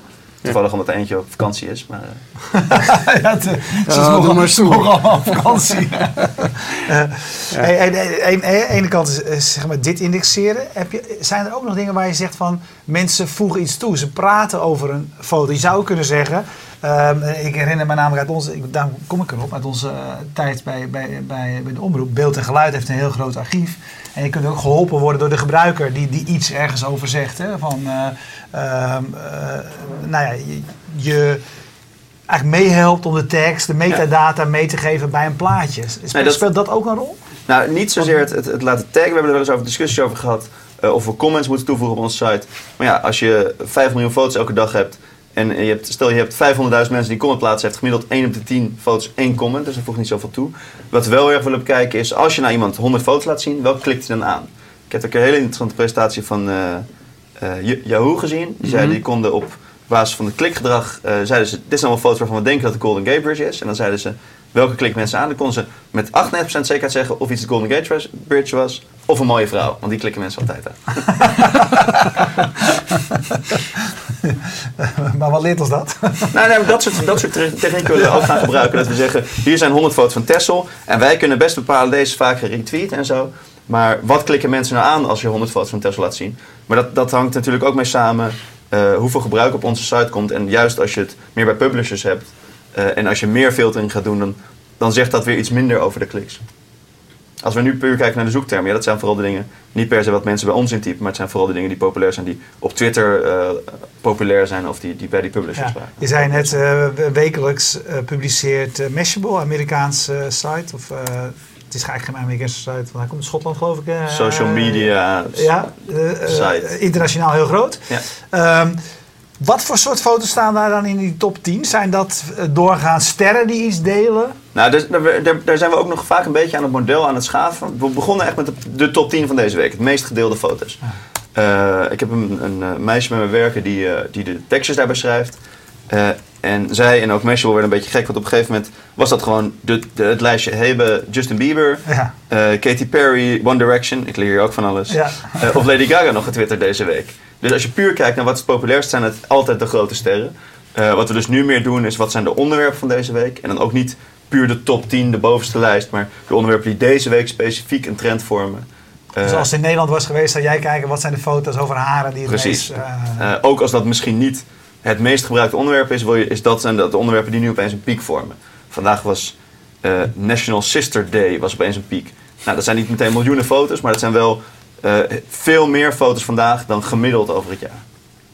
Toevallig omdat er eentje op vakantie is. Maar, uh. ja, het, ze uh, mogen allemaal op vakantie. uh, ja. hey, hey, hey, hey, ene kant is, is zeg maar dit indexeren. Heb je, zijn er ook nog dingen waar je zegt van mensen voegen iets toe? Ze praten over een foto. Je zou kunnen zeggen... Um, ik herinner me namelijk uit onze... Daar kom ik erop. Uit onze uh, tijd bij, bij, bij, bij de omroep. Beeld en geluid heeft een heel groot archief. En je kunt ook geholpen worden door de gebruiker die, die iets ergens over zegt. Hè? Van, uh, uh, uh, nou ja, je, je eigenlijk meehelpt om de tekst, de metadata mee te geven bij een plaatje. Speelt, nee, dat, speelt dat ook een rol? Nou, niet zozeer het, het, het laten taggen. We hebben er wel eens over discussies over gehad. Uh, of we comments moeten toevoegen op onze site. Maar ja, als je vijf miljoen foto's elke dag hebt. En je hebt, stel je hebt vijfhonderdduizend mensen die comment plaatsen, heeft gemiddeld één op de tien foto's één comment, dus dat voegt niet zoveel toe. Wat we wel heel erg willen bekijken is, als je naar iemand honderd foto's laat zien, welke klikt hij dan aan? Ik heb ook een hele interessante presentatie van uh, uh, Yahoo gezien. Die zeiden, die konden op basis van het klikgedrag, uh, zeiden ze, dit zijn allemaal foto's waarvan we denken dat de Golden Gate Bridge is. En dan zeiden ze, welke klikt mensen aan? Dan konden ze met achtennegentig procent zekerheid zeggen of iets de Golden Gate Bridge was, of een mooie vrouw, want die klikken mensen altijd aan. Maar wat leert ons dat? Nou, nee, dat soort, dat soort technieken willen we ook gaan gebruiken. Dat we zeggen, hier zijn honderd foto's van Texel. En wij kunnen best bepalen, deze is vaak geretweet en zo. Maar wat klikken mensen nou aan als je honderd foto's van Texel laat zien? Maar dat, dat hangt natuurlijk ook mee samen uh, hoeveel gebruik op onze site komt. En juist als je het meer bij publishers hebt. Uh, en als je meer filtering gaat doen, dan, dan zegt dat weer iets minder over de kliks. Als we nu puur kijken naar de zoektermen, ja, dat zijn vooral de dingen, niet per se wat mensen bij ons intypen, maar het zijn vooral de dingen die populair zijn, die op Twitter uh, populair zijn of die, die bij die publishers ja, waren. Je zei net, uh, wekelijks uh, publiceert uh, Mashable, Amerikaanse uh, site, of uh, het is eigenlijk geen Amerikaanse site, want hij komt uit Schotland geloof ik. Uh, Social media uh, ja, uh, site. Uh, internationaal heel groot. Ja. Um, Wat voor soort foto's staan daar dan in die top tien? Zijn dat doorgaans sterren die iets delen? Nou, daar, daar, daar zijn we ook nog vaak een beetje aan het model aan het schaven. We begonnen echt met de, de top tien van deze week. Het meest gedeelde foto's. Uh, ik heb een, een meisje met me werken die, uh, die de tekstjes daarbij schrijft. Uh, en zij en ook Mashable werden een beetje gek. Want op een gegeven moment was dat gewoon de, de, het lijstje. Hebe, Justin Bieber, ja. uh, Katy Perry, One Direction. Ik leer hier ook van alles. Ja. Uh, of Lady Gaga nog getwitterd deze week. Dus als je puur kijkt naar wat is het populairst, zijn het altijd de grote sterren. Uh, wat we dus nu meer doen is, wat zijn de onderwerpen van deze week? En dan ook niet puur de top tien, de bovenste lijst, maar de onderwerpen die deze week specifiek een trend vormen. Uh, dus als het in Nederland was geweest, zou jij kijken, wat zijn de foto's over haren die het precies. meest... Uh... Uh, ook als dat misschien niet het meest gebruikte onderwerp is, wil je, is dat zijn de onderwerpen die nu opeens een piek vormen. Vandaag was uh, National Sister Day, was opeens een piek. Nou, dat zijn niet meteen miljoenen foto's, maar dat zijn wel... Uh, veel meer foto's vandaag dan gemiddeld over het jaar.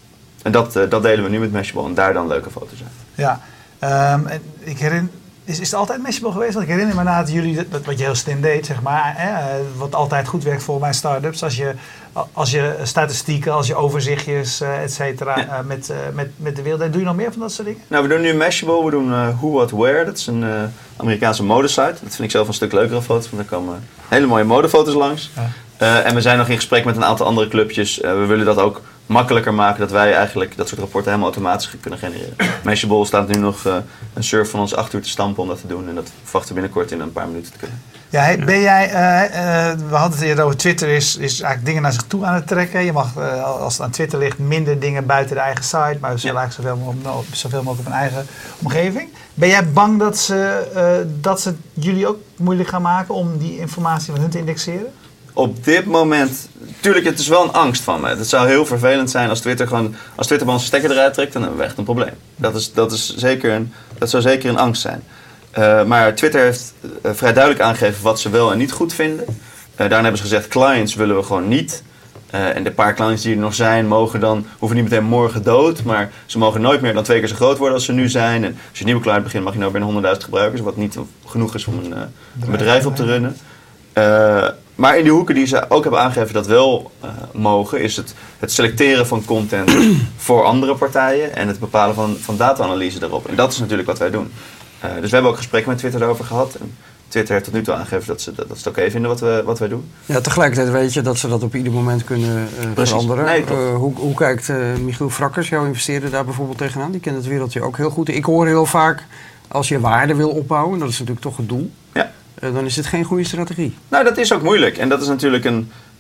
En dat, uh, dat delen we nu met Mashable en daar dan leuke foto's uit. Ja, um, en ik herinner, is, is het altijd Mashable geweest? Want ik herinner me na dat jullie, dat, wat je heel slim deed, zeg maar, hè, wat altijd goed werkt voor mijn start-ups, als je, als je statistieken, als je overzichtjes, uh, et cetera, ja. uh, met, uh, met, met de wereld, doe je nog meer van dat soort dingen? Nou, we doen nu Mashable, we doen uh, Who What Where, dat is een uh, Amerikaanse modesite. Dat vind ik zelf een stuk leukere foto's, want daar komen hele mooie modefoto's langs. Ja. Uh, en we zijn nog in gesprek met een aantal andere clubjes. Uh, we willen dat ook makkelijker maken, dat wij eigenlijk dat soort rapporten helemaal automatisch kunnen genereren. Mashable staat nu nog uh, een surf van ons acht uur te stampen om dat te doen. En dat verwachten we binnenkort in een paar minuten te kunnen. Ja, hey, ben jij, uh, uh, we hadden het eerder over Twitter, is, is eigenlijk dingen naar zich toe aan het trekken. Je mag, uh, als het aan Twitter ligt, minder dingen buiten de eigen site, maar we zullen ja. eigenlijk zoveel mogelijk, zoveel mogelijk op een eigen omgeving. Ben jij bang dat ze, uh, dat ze jullie ook moeilijk gaan maken om die informatie van hun te indexeren? Op dit moment, natuurlijk, het is wel een angst van me. Het zou heel vervelend zijn als Twitter gewoon, als Twitter bij ons stekker eruit trekt, dan hebben we echt een probleem. Dat, is, dat, is zeker een, dat zou zeker een angst zijn. Uh, maar Twitter heeft uh, vrij duidelijk aangegeven wat ze wel en niet goed vinden. Uh, daarin hebben ze gezegd, clients willen we gewoon niet. Uh, en de paar clients die er nog zijn, mogen dan, hoeven niet meteen morgen dood, maar ze mogen nooit meer dan twee keer zo groot worden als ze nu zijn. En als je een nieuwe client begint, mag je nou bijna honderdduizend gebruikers, wat niet genoeg is om een, uh, een bedrijf op te runnen. Uh, Maar in die hoeken die ze ook hebben aangegeven dat wel uh, mogen, is het, het selecteren van content voor andere partijen en het bepalen van, van data-analyse daarop. En dat is natuurlijk wat wij doen. Uh, dus we hebben ook gesprekken met Twitter daarover gehad. En Twitter heeft tot nu toe aangegeven dat ze, dat, dat ze het oké okay vinden wat, we, wat wij doen. Ja, tegelijkertijd weet je dat ze dat op ieder moment kunnen uh, veranderen. Nee, uh, hoe, hoe kijkt uh, Michiel Frakkers, jouw investeerder, daar bijvoorbeeld tegenaan? Die kent het wereldje ook heel goed. Ik hoor heel vaak, als je waarde wil opbouwen, dat is natuurlijk toch het doel. Ja. Uh, dan is het geen goede strategie. Nou, dat is ook moeilijk. En dat is natuurlijk een,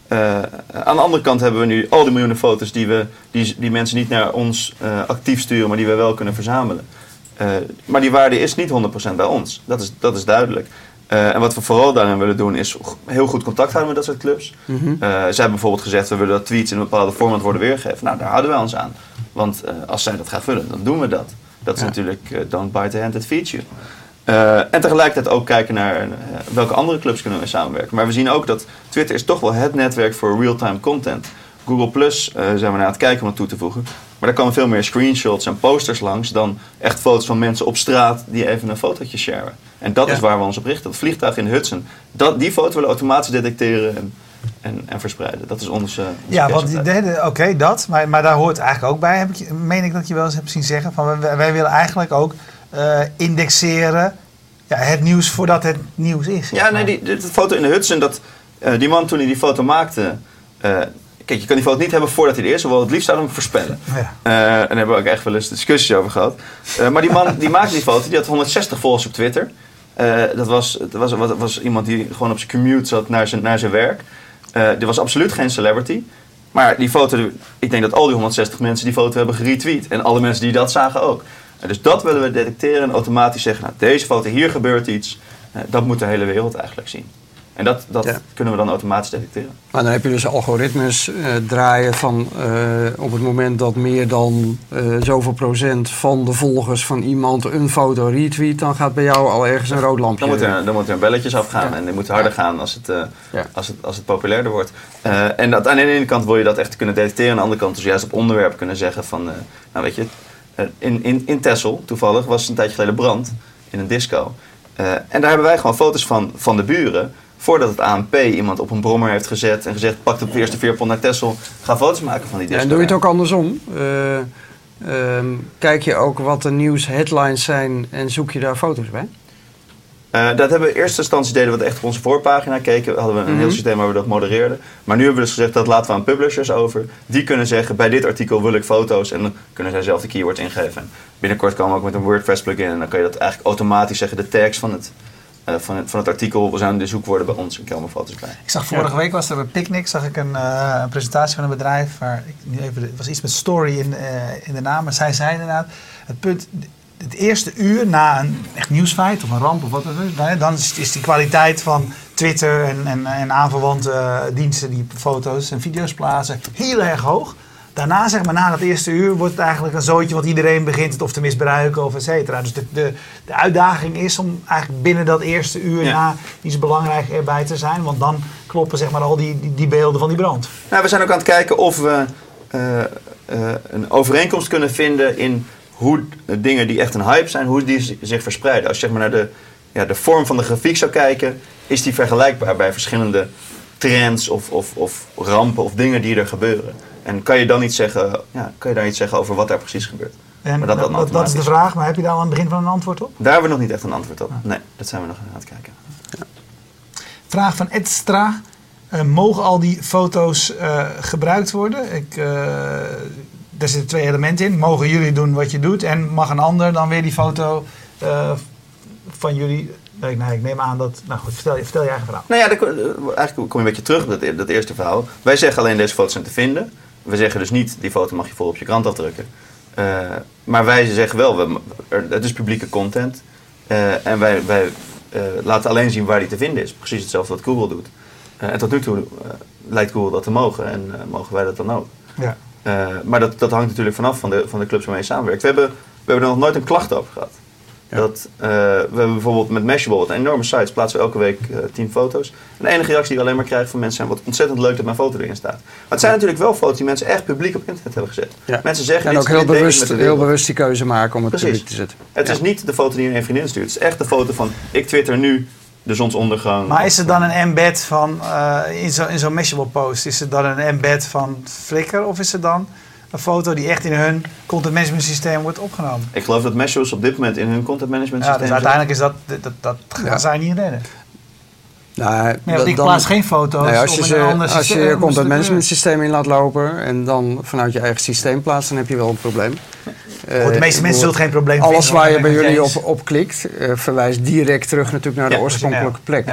Uh, aan de andere kant hebben we nu al die miljoenen foto's die, we, die, die mensen niet naar ons uh, actief sturen, maar die we wel kunnen verzamelen. Uh, maar die waarde is niet honderd procent bij ons. Dat is, dat is duidelijk. Uh, en wat we vooral daarin willen doen is heel goed contact houden met dat soort clubs. Mm-hmm. Uh, zij hebben bijvoorbeeld gezegd, we willen dat tweets in een bepaalde format worden weergegeven. Nou, daar houden wij ons aan. Want uh, als zij dat gaan vullen, dan doen we dat. Dat is ja. natuurlijk uh, don't bite the hand that feeds you. Uh, en tegelijkertijd ook kijken naar uh, welke andere clubs kunnen we samenwerken. Maar we zien ook dat Twitter is toch wel het netwerk voor real-time content. Google Plus uh, zijn we naar aan het kijken om dat toe te voegen. Maar daar komen veel meer screenshots en posters langs dan echt foto's van mensen op straat die even een fotootje sharen. En dat ja. is waar we ons op richten. Dat vliegtuig in Hudson, dat, die foto willen we automatisch detecteren en, en, en verspreiden. Dat is onze, onze Ja, want oké, okay, dat. Maar, maar daar hoort eigenlijk ook bij, heb ik, meen ik dat je wel eens hebt zien zeggen. Van, wij, wij willen eigenlijk ook uh, indexeren ja, het nieuws voordat het nieuws is. Ja, nee, die, die foto in de Hudson, dat, uh, die man toen hij die foto maakte... Uh, Kijk, je kan die foto niet hebben voordat hij er is, hoewel het liefst zouden we hem voorspellen. Ja. Uh, en daar hebben we ook echt wel eens discussies over gehad. Uh, maar die man die maakte die foto, die had honderdzestig volgers op Twitter. Uh, dat was, was, was, was iemand die gewoon op zijn commute zat naar zijn, naar zijn werk. Uh, dit was absoluut geen celebrity. Maar die foto, ik denk dat al die honderdzestig mensen die foto hebben geretweet. En alle mensen die dat zagen ook. Uh, dus dat willen we detecteren en automatisch zeggen, nou, deze foto, hier gebeurt iets. Uh, dat moet de hele wereld eigenlijk zien. En dat, dat ja. kunnen we dan automatisch detecteren. Maar dan heb je dus algoritmes uh, draaien van uh, op het moment dat meer dan uh, zoveel procent van de volgers van iemand een foto retweet, dan gaat bij jou al ergens een rood lampje. Dan moeten er, dan moet er belletjes afgaan ja. en die moeten harder ja. gaan als het, uh, ja. als, het, als het populairder wordt. Uh, en dat, aan de ene kant wil je dat echt kunnen detecteren, aan de andere kant dus juist op onderwerp kunnen zeggen van, uh, nou weet je, uh, in, in, in Texel toevallig was een tijdje geleden brand in een disco. Uh, en daar hebben wij gewoon foto's van, van de buren. Voordat het A N P iemand op een brommer heeft gezet en gezegd, pak de eerste veerpont naar Texel, ga foto's maken van die disco. Ja, en doe je het ook andersom? Uh, uh, kijk je ook wat de nieuws-headlines zijn en zoek je daar foto's bij? Uh, dat hebben we in eerste instantie deden we het echt op onze voorpagina keken. Hadden we een mm-hmm. heel systeem waar we dat modereerden. Maar nu hebben we dus gezegd, dat laten we aan publishers over. Die kunnen zeggen, bij dit artikel wil ik foto's. En dan kunnen zij zelf de keywords ingeven. En binnenkort komen we ook met een WordPress plugin. En dan kan je dat eigenlijk automatisch zeggen, de tags van het... Uh, van, het, van het artikel zijn de zoekwoorden bij ons en komen foto's bij. Ik zag vorige ja. week was er bij Picnic zag ik een, uh, een presentatie van een bedrijf waar ik nu even het was iets met story in, uh, in de naam, maar zij zei inderdaad het punt het eerste uur na een echt nieuwsfeit of een ramp of wat dan, dan is, is die kwaliteit van Twitter en, en, en aanverwante uh, diensten die foto's en video's plaatsen heel erg hoog. Daarna, zeg maar, na dat eerste uur wordt het eigenlijk een zootje, want iedereen begint het of te misbruiken of et cetera. Dus de, de, de uitdaging is om eigenlijk binnen dat eerste uur ja. na iets belangrijks erbij te zijn. Want dan kloppen, zeg maar, al die, die, die beelden van die brand. Nou, we zijn ook aan het kijken of we uh, uh, een overeenkomst kunnen vinden in hoe dingen die echt een hype zijn, hoe die zich verspreiden. Als je zeg maar naar de, ja, de vorm van de grafiek zou kijken, is die vergelijkbaar bij verschillende trends of, of, of rampen of dingen die er gebeuren. En kan je dan iets zeggen, ja, kan je daar iets zeggen over wat daar precies gebeurt? En maar dat, dat, dat, dat is de vraag, maar heb je daar al aan het begin van een antwoord op? Daar hebben we nog niet echt een antwoord op. Nee, dat zijn we nog aan het kijken. Ja. Vraag van Edstra. Uh, mogen al die foto's uh, gebruikt worden? Ik, uh, daar zitten twee elementen in. Mogen jullie doen wat je doet? En mag een ander dan weer die foto uh, van jullie... Nee, nee, ik neem aan dat... Nou goed, vertel je, vertel je eigen verhaal. Nou ja, dan, eigenlijk kom je een beetje terug op dat, dat eerste verhaal. Wij zeggen alleen deze foto's zijn te vinden. We zeggen dus niet, die foto mag je vol op je krant afdrukken. Uh, maar wij zeggen wel, we, er, het is publieke content. Uh, en wij, wij uh, laten alleen zien waar die te vinden is. Precies hetzelfde wat Google doet. Uh, en tot nu toe uh, lijkt Google dat te mogen. En uh, mogen wij dat dan ook. Ja. Uh, maar dat, dat hangt natuurlijk vanaf van de, van de clubs waarmee je samenwerkt. We hebben, we hebben er nog nooit een klacht over gehad. Ja. Dat, uh, we hebben bijvoorbeeld met Mashable, een enorme site, plaatsen we elke week uh, tien foto's. En de enige reactie die we alleen maar krijgen van mensen zijn, wat ontzettend leuk dat mijn foto erin staat. Maar het zijn ja. natuurlijk wel foto's die mensen echt publiek op internet hebben gezet. Ja. Mensen zeggen en ook heel bewust, heel bewust die keuze maken om het Precies. publiek te zetten. Het ja. is niet de foto die je een vriendin stuurt. Het is echt de foto van, ik twitter nu de zonsondergang. Maar is er dan een embed van, uh, in zo'n in zo'n Mashable post, is er dan een embed van Flickr of is er dan... een foto die echt in hun content management systeem wordt opgenomen? Ik geloof dat Mashable op dit moment in hun content management ja, systeem dus uiteindelijk is dat, dat, dat, dat gaan ja. zij niet redden. Nou, nee, want ik dan, plaats geen foto's nee, als je, om ze, een ander als je je content management systeem in laat lopen en dan vanuit je eigen systeem plaatst, dan heb je wel een probleem. Uh, Goed, de meeste mensen zullen geen probleem alles vinden. Alles waar je bij jullie op, op klikt, uh, verwijst direct terug natuurlijk naar de ja, oorspronkelijke plek. Ja.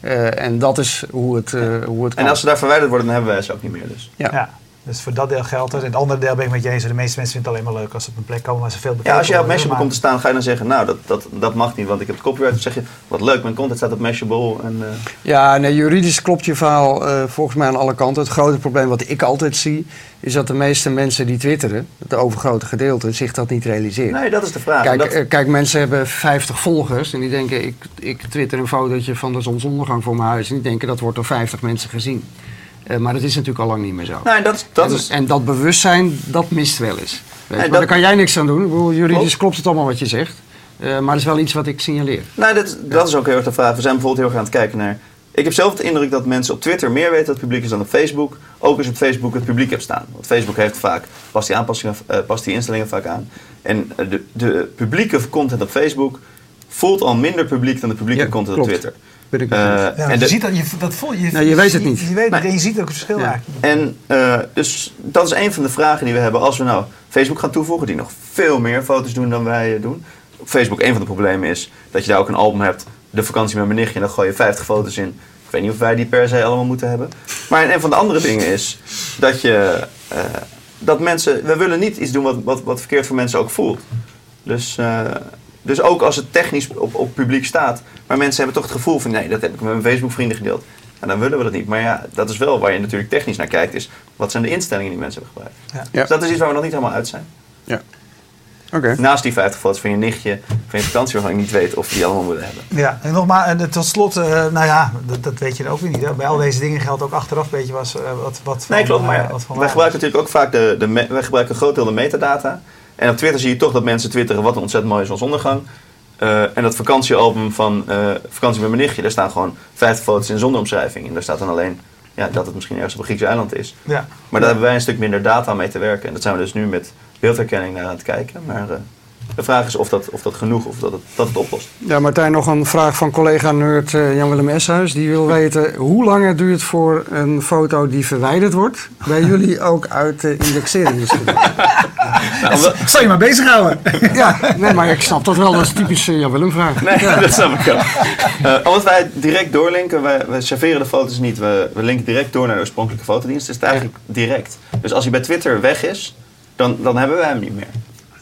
Uh, en dat is hoe het, uh, hoe het kan. En als ze daar verwijderd worden, dan hebben wij ze ook niet meer. Dus. Ja. ja. Dus voor dat deel geldt het. En het andere deel ben ik met je eens. De meeste mensen vinden het alleen maar leuk als ze op een plek komen waar ze veel bekijken. Ja, als je op Mashable komt te staan, ga je dan zeggen, nou, dat, dat, dat mag niet, want ik heb het copyright. Dan zeg je, wat leuk, mijn content staat op Mashable. En, uh... Ja, nee, juridisch klopt je verhaal uh, volgens mij aan alle kanten. Het grote probleem wat ik altijd zie, is dat de meeste mensen die twitteren, het overgrote gedeelte, zich dat niet realiseren. Nee, dat is de vraag. Kijk, dat... uh, kijk mensen hebben vijftig volgers en die denken, ik, ik twitter een fotootje van de zonsondergang voor mijn huis. En die denken, dat wordt door vijftig mensen gezien. Uh, maar dat is natuurlijk al lang niet meer zo. Nee, dat, dat en, is... en dat bewustzijn, dat mist wel eens. Nee, maar dat... daar kan jij niks aan doen. Ik bedoel, juridisch klopt. klopt het allemaal wat je zegt. Uh, maar dat is wel iets wat ik signaleer. Nee, dat, dat is ook heel erg de vraag. We zijn bijvoorbeeld heel erg aan het kijken naar... Ik heb zelf de indruk dat mensen op Twitter meer weten wat het publiek is dan op Facebook. Ook als je op Facebook het publiek hebt staan. Want Facebook heeft vaak, past die, aanpassingen, uh, past die instellingen vaak aan. En uh, de, de publieke content op Facebook voelt al minder publiek dan de publieke ja, content klopt. op Twitter. Ik uh, ja, en je de, ziet dat, je, dat voel, je, nou, je weet het niet. Je, je weet het nee. en je ziet ook het verschil ja. eigenlijk. En uh, dus dat is een van de vragen die we hebben. Als we nou Facebook gaan toevoegen, die nog veel meer foto's doen dan wij uh, doen. Op Facebook, een van de problemen is dat je daar ook een album hebt. De vakantie met mijn nichtje, en dan gooi je vijftig foto's in. Ik weet niet of wij die per se allemaal moeten hebben. Maar een van de andere dingen is dat je... Uh, dat mensen... We willen niet iets doen wat, wat, wat verkeerd voor mensen ook voelt. Dus... Uh, Dus ook als het technisch op, op publiek staat, maar mensen hebben toch het gevoel van nee, dat heb ik met mijn Facebook vrienden gedeeld. Nou, dan willen we dat niet. Maar ja, dat is wel waar je natuurlijk technisch naar kijkt, is wat zijn de instellingen die mensen hebben gebruikt. Ja. Dus dat is iets waar we nog niet helemaal uit zijn. Ja. Okay. Naast die vijftig foto's van je nichtje, van je vakantie waarvan ik niet weet of we die allemaal willen hebben. Ja, en nogmaals, tot slot, uh, nou ja, dat, dat weet je ook weer niet. Hè? Bij al deze dingen geldt ook achteraf een beetje was, uh, wat, wat van... Nee, klopt, maar ja, wat van wij gebruiken natuurlijk ook vaak de, de me, wij gebruiken een groot deel de metadata. En op Twitter zie je toch dat mensen twitteren wat een ontzettend mooie zonsondergang. Uh, en dat vakantiealbum van uh, Vakantie met mijn nichtje, daar staan gewoon vijftig foto's in zonder omschrijving. En daar staat dan alleen ja, dat het misschien ergens op een Grieks eiland is. Ja. Maar daar hebben wij een stuk minder data mee te werken. En dat zijn we dus nu met beeldherkenning naar aan het kijken. Maar uh, de vraag is of dat, of dat genoeg of dat het, dat het oplost. Ja, Martijn, nog een vraag van collega-nerd uh, Jan-Willem Eshuis. Die wil weten, hoe lang het duurt voor een foto die verwijderd wordt, bij jullie ook uit de indexering is gedaan? Nou, zal je maar bezighouden. Ja, nee, maar ik snap dat wel. Dat is typisch uh, Jan-Willem vraag. Nee, ja. dat snap ik ook. Uh, omdat wij direct doorlinken, wij, wij serveren de foto's niet. We, we linken direct door naar de oorspronkelijke fotodienst. Dus het is eigenlijk ja. direct. Dus als hij bij Twitter weg is, dan, dan hebben wij hem niet meer.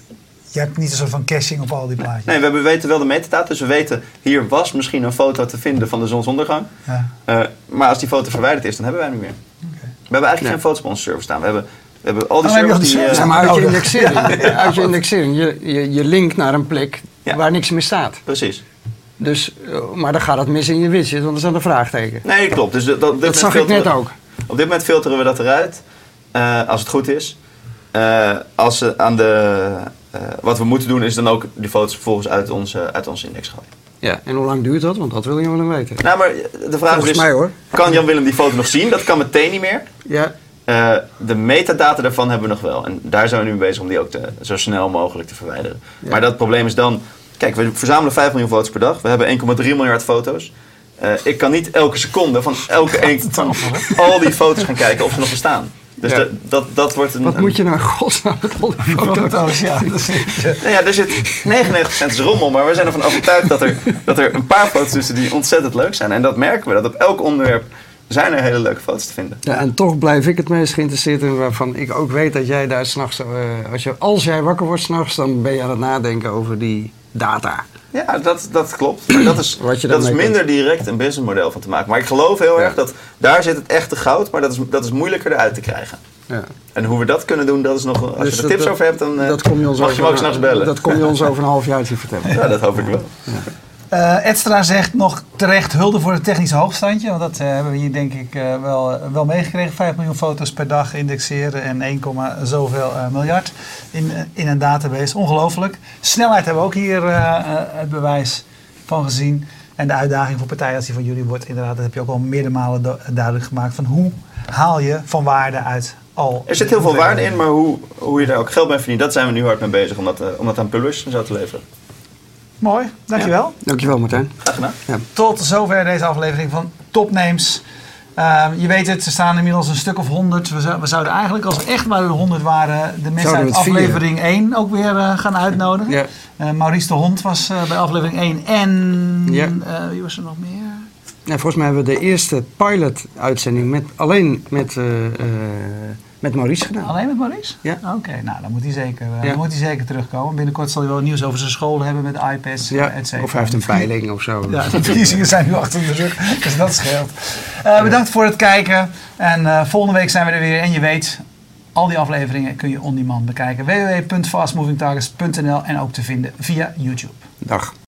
Je hebt niet een soort van caching op al die plaatjes. Nee, we, we weten wel de metadata. Dus we weten, hier was misschien een foto te vinden van de zonsondergang. Ja. Uh, maar als die foto verwijderd is, dan hebben wij hem niet meer. Okay. We hebben eigenlijk ja. geen foto's op onze server staan. We hebben, we hebben al die oh, servers die... Uh, ja, maar uit je indexering. Ja, ja, uit je indexering. Je, je, je linkt naar een plek ja. waar niks meer staat. Precies. Dus, uh, maar dan gaat het mis in je widget, want er staat een vraagteken. Nee, klopt. Dus dat dat, dat zag ik net ook. Op dit moment filteren we dat eruit. Uh, als het goed is. Uh, als ze aan de... Uh, wat we moeten doen is dan ook die foto's vervolgens uit onze, uit onze index gooien. Ja, en hoe lang duurt dat? Want dat wil Jan Willem weten. Nou, maar de vraag Volgens is, mij, hoor. Kan Jan Willem die foto nog zien? Dat kan meteen niet meer. Ja. Uh, de metadata daarvan hebben we nog wel. En daar zijn we nu mee bezig om die ook te, zo snel mogelijk te verwijderen. Ja. Maar dat probleem is dan... Kijk, we verzamelen vijf miljoen foto's per dag. We hebben één komma drie miljard foto's. Uh, ik kan niet elke seconde van elke een van al die foto's gaan kijken of ze nog bestaan. Dus ja. dat, dat, dat wordt een... Wat een, moet je nou godsnaam met al die foto's? Ja, dat is, ja. Nou ja, er zit negenennegentig procent is rommel, maar we zijn ervan overtuigd dat er, dat er een paar foto's tussen die ontzettend leuk zijn. En dat merken we, dat op elk onderwerp zijn er hele leuke foto's te vinden. Ja, en toch blijf ik het meest geïnteresseerd in waarvan ik ook weet dat jij daar s'nachts... Uh, als, je, als jij wakker wordt s'nachts, dan ben je aan het nadenken over die data. Ja, dat, dat klopt. Maar dat is, dat is minder direct een businessmodel van te maken. Maar ik geloof heel ja. erg dat daar zit het echte goud, maar dat is, dat is moeilijker eruit te krijgen. Ja. En hoe we dat kunnen doen, dat is nog... Als dus je er tips dat, over hebt, dan dat kom je ons mag je me ook s'nachts bellen. Dat kom je ons over een half jaartje vertellen. Ja, dat hoop ik wel. Ja. Uh, Edstra zegt nog terecht hulde voor het technische hoogstandje. Want dat uh, hebben we hier denk ik uh, wel, uh, wel meegekregen. vijf miljoen foto's per dag indexeren en één, zoveel uh, miljard in, uh, in een database. Ongelooflijk. Snelheid hebben we ook hier uh, uh, het bewijs van gezien. En de uitdaging voor partijen als die van jullie wordt inderdaad, dat heb je ook al meerdere malen du- duidelijk gemaakt. Van hoe haal je van waarde uit al... Er zit heel veel waarde in, maar hoe, hoe je daar ook geld mee verdient, dat zijn we nu hard mee bezig om dat, uh, om dat aan publishers en zo te leveren. Mooi, dankjewel. Ja. Dankjewel Martijn. Graag gedaan. Ja. Tot zover deze aflevering van Topnames. Uh, je weet het, er staan inmiddels een stuk of honderd. We, zou, we zouden eigenlijk, als we echt maar de honderd waren, de mensen uit aflevering vieren. één ook weer uh, gaan uitnodigen. Ja. Uh, Maurice de Hond was uh, bij aflevering één. En ja. uh, wie was er nog meer? Ja, volgens mij hebben we de eerste pilot-uitzending met, alleen met, uh, uh, met Maurice gedaan. Alleen met Maurice? Ja. Oké, okay, nou dan moet, hij zeker, uh, ja. dan moet hij zeker terugkomen. Binnenkort zal hij wel nieuws over zijn school hebben met iPads, ja, et cetera. Of hij heeft een peiling of zo. Ja, de verkiezingen zijn nu achter de rug, dus dat scheelt. Uh, bedankt voor het kijken. En uh, volgende week zijn we er weer. En je weet, al die afleveringen kun je on demand bekijken. w w w punt fast moving targets punt n l en ook te vinden via YouTube. Dag.